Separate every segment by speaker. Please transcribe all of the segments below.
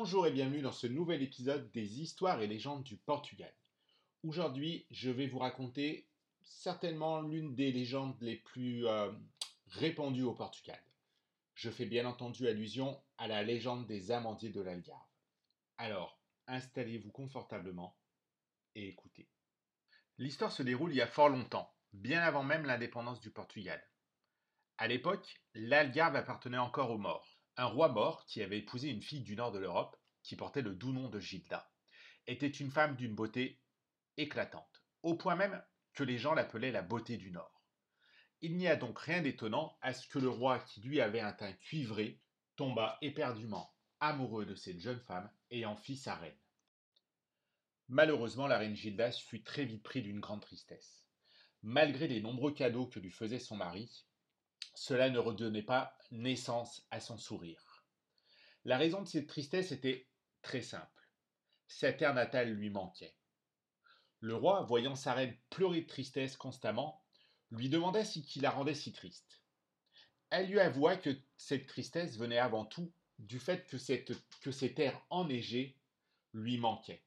Speaker 1: Bonjour et bienvenue dans ce nouvel épisode des histoires et légendes du Portugal. Aujourd'hui, je vais vous raconter certainement l'une des légendes les plus répandues au Portugal. Je fais bien entendu allusion à la légende des amandiers de l'Algarve. Alors, installez-vous confortablement et écoutez. L'histoire se déroule il y a fort longtemps, bien avant même l'indépendance du Portugal. À l'époque, l'Algarve appartenait encore aux Maures. Un roi maure, qui avait épousé une fille du nord de l'Europe, qui portait le doux nom de Gilda, était une femme d'une beauté éclatante, au point même que les gens l'appelaient la beauté du Nord. Il n'y a donc rien d'étonnant à ce que le roi, qui lui avait un teint cuivré, tomba éperdument amoureux de cette jeune femme et en fit sa reine. Malheureusement, la reine Gilda fut très vite prise d'une grande tristesse. Malgré les nombreux cadeaux que lui faisait son mari, cela ne redonnait pas naissance à son sourire. La raison de cette tristesse était très simple. Sa terre natale lui manquait. Le roi, voyant sa reine pleurer de tristesse constamment, lui demanda ce qui la rendait si triste. Elle lui avoua que cette tristesse venait avant tout du fait que ces terres enneigées lui manquaient.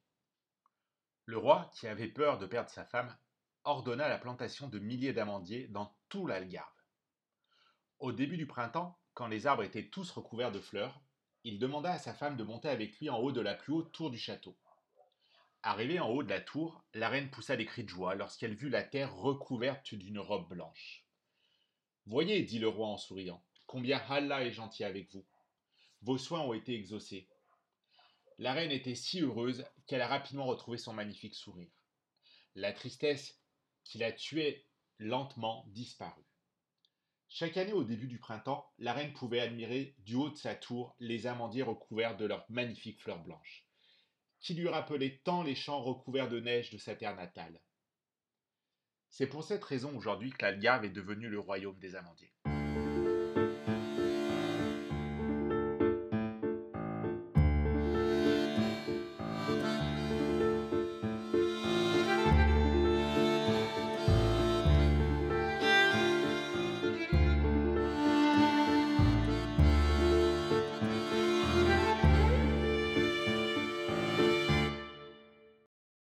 Speaker 1: Le roi, qui avait peur de perdre sa femme, ordonna la plantation de milliers d'amandiers dans tout l'Algarve. Au début du printemps, quand les arbres étaient tous recouverts de fleurs, il demanda à sa femme de monter avec lui en haut de la plus haute tour du château. Arrivée en haut de la tour, la reine poussa des cris de joie lorsqu'elle vit la terre recouverte d'une robe blanche. Voyez, dit le roi en souriant, combien Allah est gentil avec vous. Vos soins ont été exaucés. La reine était si heureuse qu'elle a rapidement retrouvé son magnifique sourire. La tristesse qui la tuait lentement disparut. Chaque année au début du printemps, la reine pouvait admirer du haut de sa tour les amandiers recouverts de leurs magnifiques fleurs blanches, qui lui rappelaient tant les champs recouverts de neige de sa terre natale. C'est pour cette raison aujourd'hui que l'Algarve est devenue le royaume des amandiers.